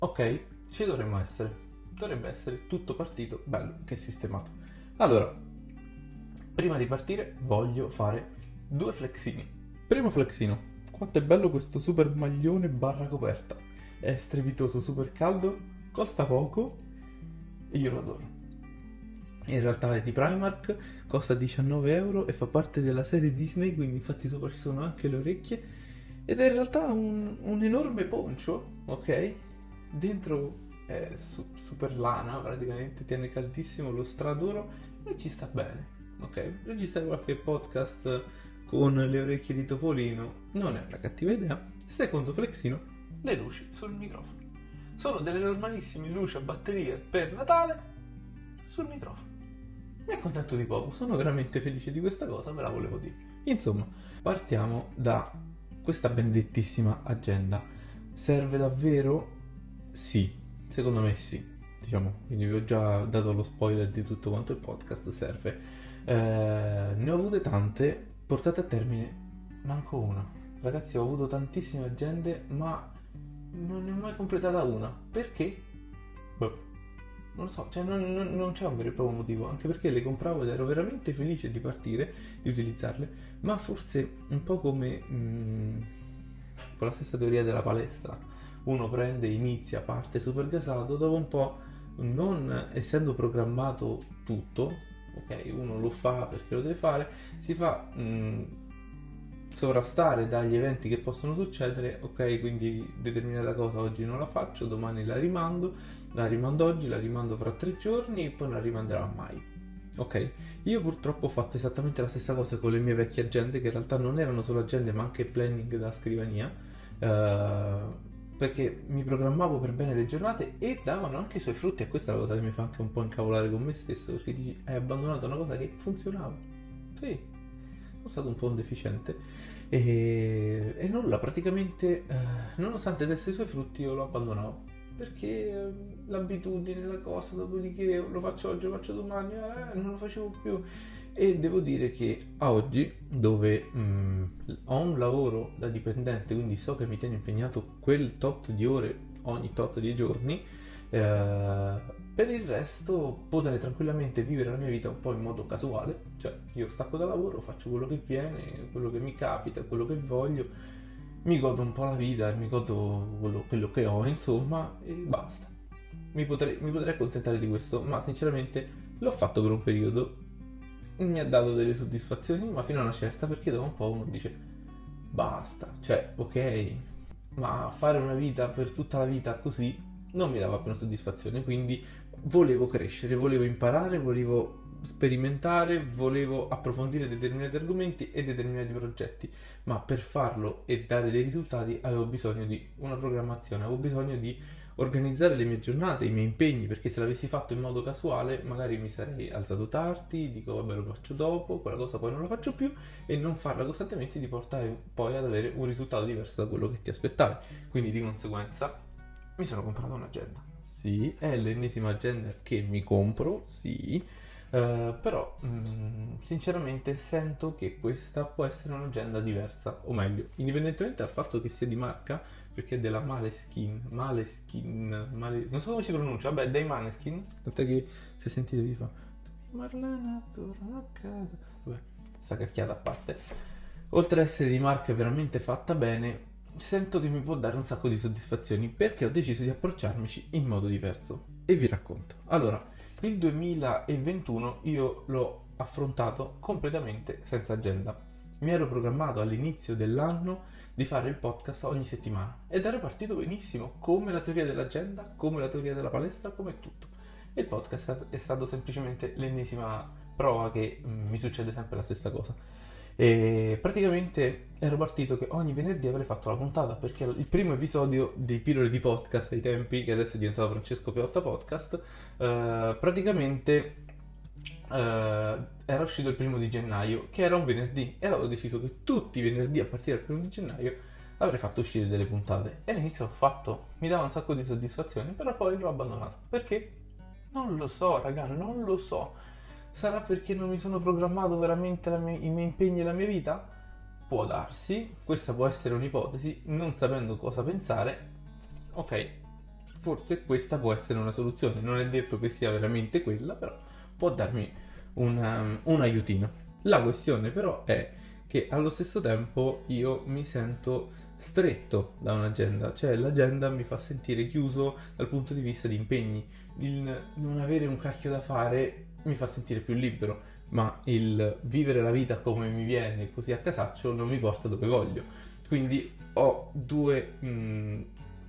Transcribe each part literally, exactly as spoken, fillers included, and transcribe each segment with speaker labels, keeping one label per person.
Speaker 1: Ok, ci dovremmo essere. Dovrebbe essere tutto partito, bello, che sistemato. Allora, prima di partire voglio fare due flexini. Primo flexino. Quanto è bello questo super maglione barra coperta. È strepitoso, super caldo, costa poco e io lo adoro. In realtà è di Primark, costa diciannove euro e fa parte della serie Disney, quindi infatti sopra ci sono anche le orecchie. Ed è in realtà un, un enorme poncio, ok? Dentro è su- super lana, praticamente tiene caldissimo, lo straduro e ci sta bene, ok? Registrare qualche podcast con le orecchie di Topolino non è una cattiva idea. Secondo flexino, le luci sul microfono. Sono delle normalissime luci a batteria per Natale sul microfono. Mi accontento di poco, sono veramente felice di questa cosa, ve la volevo dire. Insomma, partiamo da questa benedettissima agenda. Serve davvero? Sì, secondo me sì. Diciamo, quindi vi ho già dato lo spoiler di tutto quanto il podcast serve. Eh, ne ho avute tante, portate a termine manco una. Ragazzi, ho avuto tantissime agende, ma non ne ho mai completata una. Perché? Boh. Non lo so, cioè non, non- non c'è un vero e proprio motivo, anche perché le compravo ed ero veramente felice di partire, di utilizzarle, ma forse un po' come mm, con la stessa teoria della palestra. Uno prende, inizia, parte super gasato, dopo un po', non essendo programmato tutto, ok, uno lo fa perché lo deve fare, si fa mm, sovrastare dagli eventi che possono succedere, ok, quindi determinata cosa oggi non la faccio, domani la rimando, la rimando oggi, la rimando fra tre giorni e poi non la rimanderò mai. Ok, io purtroppo ho fatto esattamente la stessa cosa con le mie vecchie agende, che in realtà non erano solo agende ma anche planning da scrivania, eh, perché mi programmavo per bene le giornate e davano anche i suoi frutti, e questa è la cosa che mi fa anche un po' incavolare con me stesso, perché dici hai abbandonato una cosa che funzionava. Sì, sono stato un po' un deficiente e, e nulla, praticamente, eh, nonostante desse i suoi frutti, io lo abbandonavo perché eh, l'abitudine, la cosa, dopodiché lo faccio oggi, lo faccio domani, eh, non lo facevo più. E devo dire che a oggi, dove mh, ho un lavoro da dipendente, quindi so che mi tiene impegnato quel tot di ore ogni tot di giorni, eh, per il resto potrei tranquillamente vivere la mia vita un po' in modo casuale, cioè io stacco da lavoro, faccio quello che viene, quello che mi capita, quello che voglio, mi godo un po' la vita e mi godo quello, quello che ho, insomma, e basta. Mi potrei, mi potrei accontentare di questo, ma sinceramente l'ho fatto per un periodo, mi ha dato delle soddisfazioni, ma fino a una certa, perché dopo un po' uno dice basta, cioè ok, ma fare una vita per tutta la vita così non mi dava più una soddisfazione, quindi volevo crescere, volevo imparare, volevo sperimentare, volevo approfondire determinati argomenti e determinati progetti, ma per farlo e dare dei risultati avevo bisogno di una programmazione, avevo bisogno di organizzare le mie giornate, i miei impegni, perché se l'avessi fatto in modo casuale magari mi sarei alzato tardi, dico vabbè lo faccio dopo, quella cosa poi non la faccio più, e non farla costantemente ti porta poi ad avere un risultato diverso da quello che ti aspettavi. Quindi di conseguenza mi sono comprato un'agenda. Sì, è l'ennesima agenda che mi compro, sì, eh, però mh, sinceramente sento che questa può essere un'agenda diversa, o meglio, indipendentemente dal fatto che sia di marca, perché è della Maleskin, Maleskin, Male... non so come si pronuncia, vabbè, dei Maneskin, tant'è che se sentite vi fa Marlena torna a casa, vabbè, sta cacchiata a parte. Oltre ad essere di marca veramente fatta bene, sento che mi può dare un sacco di soddisfazioni perché ho deciso di approcciarmici in modo diverso. E vi racconto. Allora, il duemilaventuno io l'ho affrontato completamente senza agenda. Mi ero programmato all'inizio dell'anno di fare il podcast ogni settimana ed ero partito benissimo, come la teoria dell'agenda, come la teoria della palestra, come tutto. E il podcast è stato semplicemente l'ennesima prova che mm, mi succede sempre la stessa cosa. E praticamente ero partito che ogni venerdì avrei fatto la puntata, perché il primo episodio dei Pillole di Podcast ai tempi, che adesso è diventato Francesco Piotta Podcast, eh, praticamente eh, era uscito il primo di gennaio, che era un venerdì, e avevo deciso che tutti i venerdì a partire dal primo di gennaio avrei fatto uscire delle puntate. E all'inizio l'ho fatto, mi dava un sacco di soddisfazione, però poi l'ho abbandonato. Perché? Non lo so, raga, non lo so. Sarà perché non mi sono programmato veramente la mia- i miei impegni e la mia vita? Può darsi, questa può essere un'ipotesi, non sapendo cosa pensare. Ok, forse questa può essere una soluzione. Non è detto che sia veramente quella, però può darmi un, um, un aiutino. La questione però è che allo stesso tempo io mi sento stretto da un'agenda, cioè l'agenda mi fa sentire chiuso dal punto di vista di impegni. Il non avere un cacchio da fare mi fa sentire più libero, ma il vivere la vita come mi viene, così a casaccio, non mi porta dove voglio. Quindi ho due mh,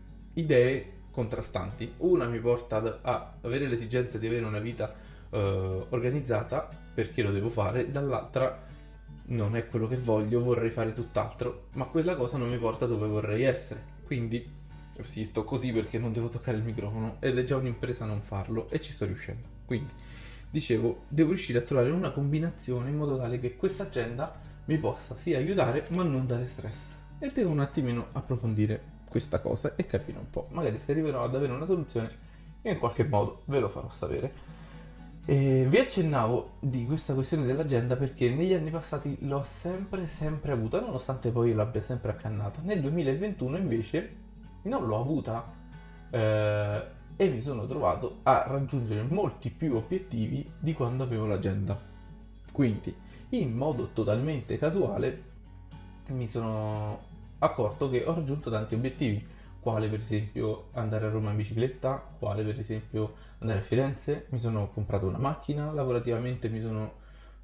Speaker 1: idee contrastanti. Una mi porta ad, a avere l'esigenza di avere una vita uh, organizzata perché lo devo fare, dall'altra non è quello che voglio, vorrei fare tutt'altro, ma quella cosa non mi porta dove vorrei essere. Quindi sì, sto così perché non devo toccare il microfono ed è già un'impresa non farlo e ci sto riuscendo. Quindi dicevo, devo riuscire a trovare una combinazione in modo tale che questa agenda mi possa sì aiutare ma non dare stress. E devo un attimino approfondire questa cosa e capire un po'. Magari se arriverò ad avere una soluzione in qualche modo ve lo farò sapere. E vi accennavo di questa questione dell'agenda perché negli anni passati l'ho sempre sempre avuta, nonostante poi l'abbia sempre accannata. Nel duemilaventuno invece non l'ho avuta eh, e mi sono trovato a raggiungere molti più obiettivi di quando avevo l'agenda. Quindi in modo totalmente casuale mi sono accorto che ho raggiunto tanti obiettivi, quale per esempio andare a Roma in bicicletta, quale per esempio andare a Firenze. Mi sono comprato una macchina, lavorativamente mi sono,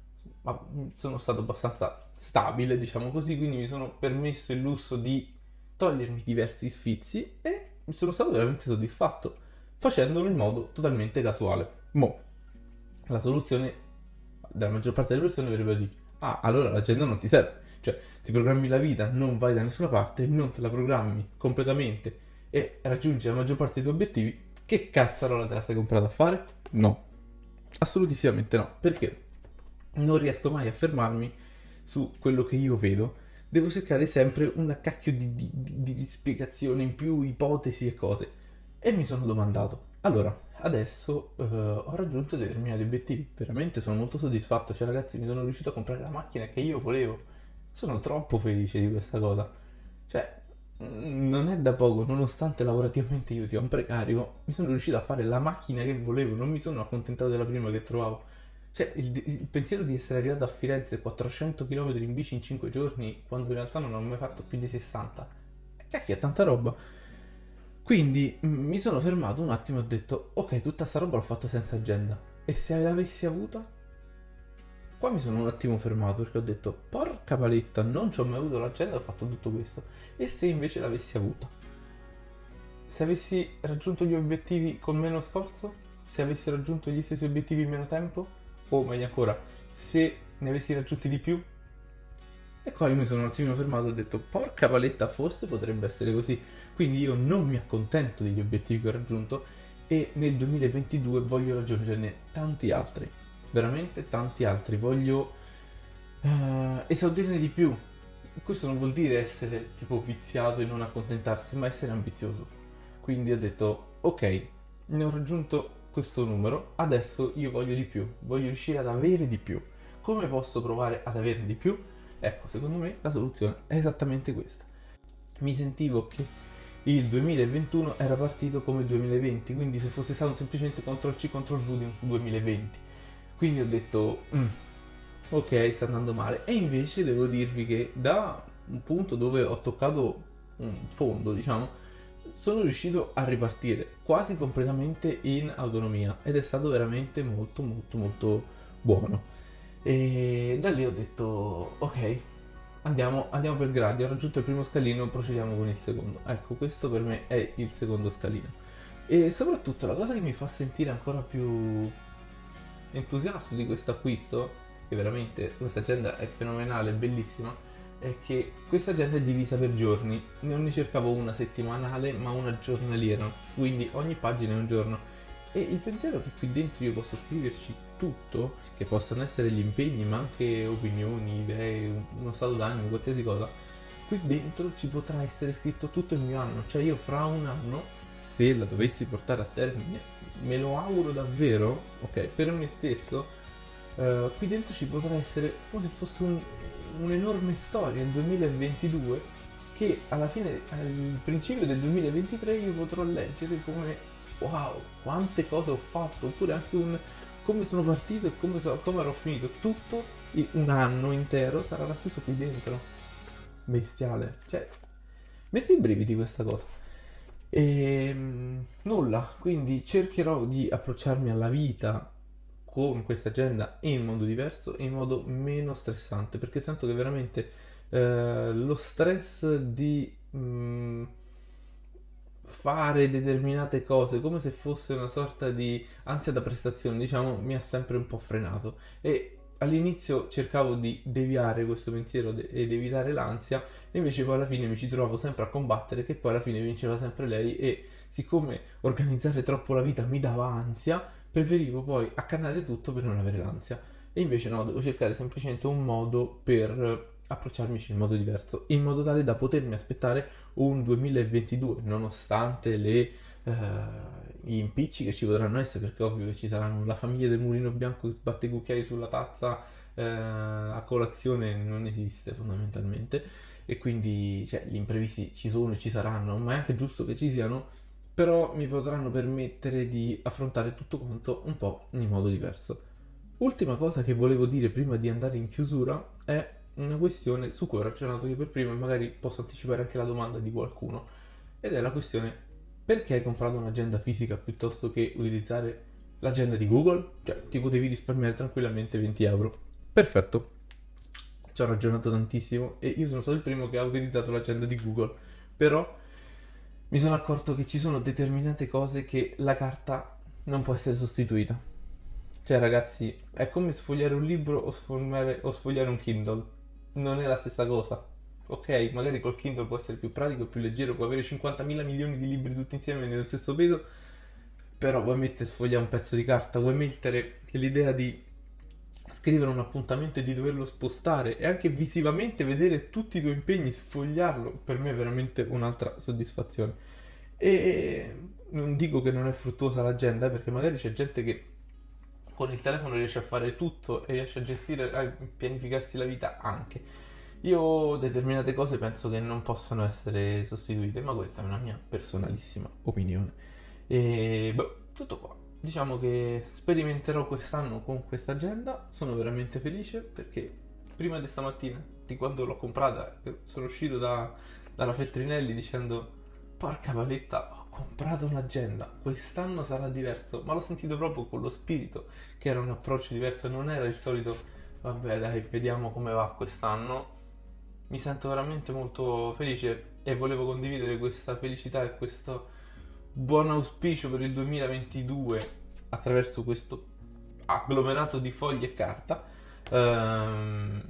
Speaker 1: sono stato abbastanza stabile, diciamo così, quindi mi sono permesso il lusso di togliermi diversi sfizi e mi sono stato veramente soddisfatto, facendolo in modo totalmente casuale. Mo, la soluzione della maggior parte delle persone verrebbe di ah, allora l'agenda non ti serve. Cioè, ti programmi la vita, non vai da nessuna parte, non te la programmi completamente e raggiungi la maggior parte dei tuoi obiettivi, che cazzarola te la sei comprata a fare? No, assolutissimamente no, perché non riesco mai a fermarmi su quello che io vedo, devo cercare sempre una cacchio di, di, di, di spiegazione in più, ipotesi e cose, e mi sono domandato, allora, adesso uh, ho raggiunto determinati obiettivi, veramente sono molto soddisfatto, cioè ragazzi mi sono riuscito a comprare la macchina che io volevo. Sono troppo felice di questa cosa. Cioè, non è da poco, nonostante lavorativamente io sia un precario, mi sono riuscito a fare la macchina che volevo, non mi sono accontentato della prima che trovavo. Cioè, il, il pensiero di essere arrivato a Firenze quattrocento chilometri in bici in cinque giorni, quando in realtà non ho mai fatto più di sessanta, cacchio, è tanta roba. Quindi mi sono fermato un attimo e ho detto, ok, tutta sta roba l'ho fatta senza agenda. E se l'avessi avuta? Qua mi sono un attimo fermato perché ho detto, porca paletta, non ci ho mai avuto l'agenda, ho fatto tutto questo. E se invece l'avessi avuta? Se avessi raggiunto gli obiettivi con meno sforzo? Se avessi raggiunto gli stessi obiettivi in meno tempo? O meglio ancora, se ne avessi raggiunti di più? E qua io mi sono un attimino fermato e ho detto, porca paletta, forse potrebbe essere così. Quindi io non mi accontento degli obiettivi che ho raggiunto e nel duemilaventidue voglio raggiungerne tanti altri. Veramente tanti altri, voglio uh, esaudirne di più. Questo non vuol dire essere tipo viziato e non accontentarsi, ma essere ambizioso. Quindi ho detto, ok, ne ho raggiunto questo numero, adesso io voglio di più, voglio riuscire ad avere di più. Come posso provare ad averne di più? Ecco, secondo me la soluzione è esattamente questa. Mi sentivo che il duemilaventuno era partito come il duemilaventi, quindi se fosse stato semplicemente control C, control V di un duemilaventi. Quindi ho detto, mm, ok, sta andando male. E invece devo dirvi che da un punto dove ho toccato un fondo, diciamo, sono riuscito a ripartire quasi completamente in autonomia ed è stato veramente molto molto molto buono. E da lì ho detto, ok, andiamo, andiamo per gradi, ho raggiunto il primo scalino, procediamo con il secondo. Ecco, questo per me è il secondo scalino. E soprattutto la cosa che mi fa sentire ancora più entusiasta di questo acquisto, che veramente questa agenda è fenomenale, bellissima, è che questa agenda è divisa per giorni. Non ne cercavo una settimanale ma una giornaliera, quindi ogni pagina è un giorno, e il pensiero è che qui dentro io posso scriverci tutto, che possano essere gli impegni ma anche opinioni, idee, uno stato d'animo, qualsiasi cosa. Qui dentro ci potrà essere scritto tutto il mio anno, cioè io fra un anno, se la dovessi portare a termine, me lo auguro davvero, ok, per me stesso, uh, qui dentro ci potrà essere come se fosse un, un'enorme storia, il duemilaventidue, che alla fine, al principio del duemilaventitré, io potrò leggere come wow, quante cose ho fatto, oppure anche un come sono partito e come, so, come avrò finito. Tutto in un anno intero sarà racchiuso qui dentro. Bestiale. Cioè, mette i brividi questa cosa. E nulla, quindi cercherò di approcciarmi alla vita con questa agenda in modo diverso e in modo meno stressante, perché sento che veramente eh, lo stress di mh, fare determinate cose come se fosse una sorta di ansia da prestazione, diciamo, mi ha sempre un po' frenato. E all'inizio cercavo di deviare questo pensiero de- ed evitare l'ansia, e invece poi alla fine mi ci trovo sempre a combattere, che poi alla fine vinceva sempre lei, e siccome organizzare troppo la vita mi dava ansia, preferivo poi accannare tutto per non avere l'ansia. E invece no, devo cercare semplicemente un modo per approcciarmici in modo diverso, in modo tale da potermi aspettare un duemilaventidue, nonostante le, eh, gli impicci che ci potranno essere, perché è ovvio che ci saranno la famiglia del mulino bianco che sbatte i cucchiai sulla tazza eh, a colazione, non esiste fondamentalmente, e quindi cioè, gli imprevisti ci sono e ci saranno, ma è anche giusto che ci siano, però mi potranno permettere di affrontare tutto quanto un po' in modo diverso. Ultima cosa che volevo dire prima di andare in chiusura è una questione su cui ho ragionato io per prima, e magari posso anticipare anche la domanda di qualcuno, ed è la questione: perché hai comprato un'agenda fisica piuttosto che utilizzare l'agenda di Google? Cioè, ti potevi risparmiare tranquillamente venti euro. Perfetto, ci ho ragionato tantissimo e io sono stato il primo che ha utilizzato l'agenda di Google, però mi sono accorto che ci sono determinate cose che la carta non può essere sostituita. Cioè, ragazzi, è come sfogliare un libro o sfogliare, o sfogliare un Kindle. Non è la stessa cosa. Ok, magari col Kindle può essere più pratico, più leggero, puoi avere cinquantamila milioni di libri tutti insieme nello stesso peso, però vuoi mettere sfogliare un pezzo di carta, vuoi mettere l'idea di scrivere un appuntamento e di doverlo spostare e anche visivamente vedere tutti i tuoi impegni, sfogliarlo, per me è veramente un'altra soddisfazione. E non dico che non è fruttuosa l'agenda, eh, perché magari c'è gente che con il telefono riesce a fare tutto e riesce a gestire, a pianificarsi la vita anche. Io determinate cose penso che non possano essere sostituite, ma questa è una mia personalissima opinione. E boh, tutto qua. Diciamo che sperimenterò quest'anno con questa agenda, sono veramente felice perché prima di stamattina, di quando l'ho comprata, sono uscito da, dalla Feltrinelli dicendo: porca paletta, ho comprato un'agenda, quest'anno sarà diverso, ma l'ho sentito proprio con lo spirito che era un approccio diverso, non era il solito vabbè dai, vediamo come va quest'anno. Mi sento veramente molto felice e volevo condividere questa felicità e questo buon auspicio per il duemilaventidue attraverso questo agglomerato di foglie e carta ehm,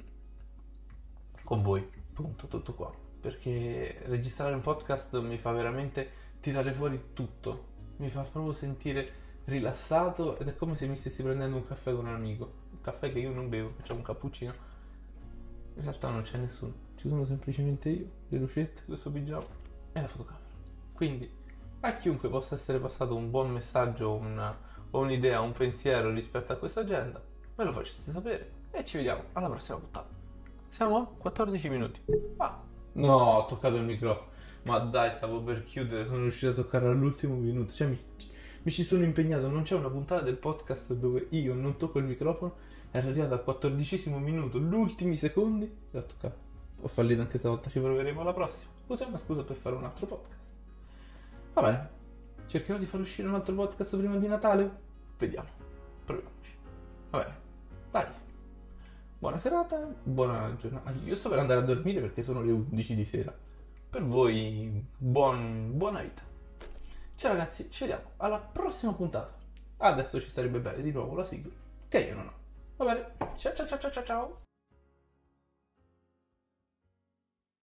Speaker 1: con voi, punto, tutto qua, perché registrare un podcast mi fa veramente tirare fuori tutto, mi fa proprio sentire rilassato ed è come se mi stessi prendendo un caffè con un amico, un caffè che io non bevo, facciamo un cappuccino, in realtà non c'è nessuno, ci sono semplicemente io, le lucette, questo pigiama e la fotocamera, quindi a chiunque possa essere passato un buon messaggio, una, o un'idea, un pensiero rispetto a questa agenda, me lo faceste sapere e ci vediamo alla prossima puntata. Siamo a quattordici minuti. Ah, no, ho toccato il microfono. Ma dai, stavo per chiudere, sono riuscito a toccare all'ultimo minuto. Cioè, mi, mi ci sono impegnato. Non c'è una puntata del podcast dove io non tocco il microfono. Ero arrivato al quattordicesimo minuto, gli ultimi secondi, e ho toccato. Ho fallito anche stavolta, ci proveremo alla prossima. Usiamo una scusa per fare un altro podcast. Va bene, cercherò di far uscire un altro podcast prima di Natale. Vediamo, proviamoci. Va bene, dai. Buona serata, buona giornata. Io sto per andare a dormire perché sono le undici di sera. Per voi, buon, buona vita. Ciao ragazzi, ci vediamo alla prossima puntata. Adesso ci starebbe bene di nuovo la sigla, che io non ho. Va bene, ciao ciao ciao ciao ciao.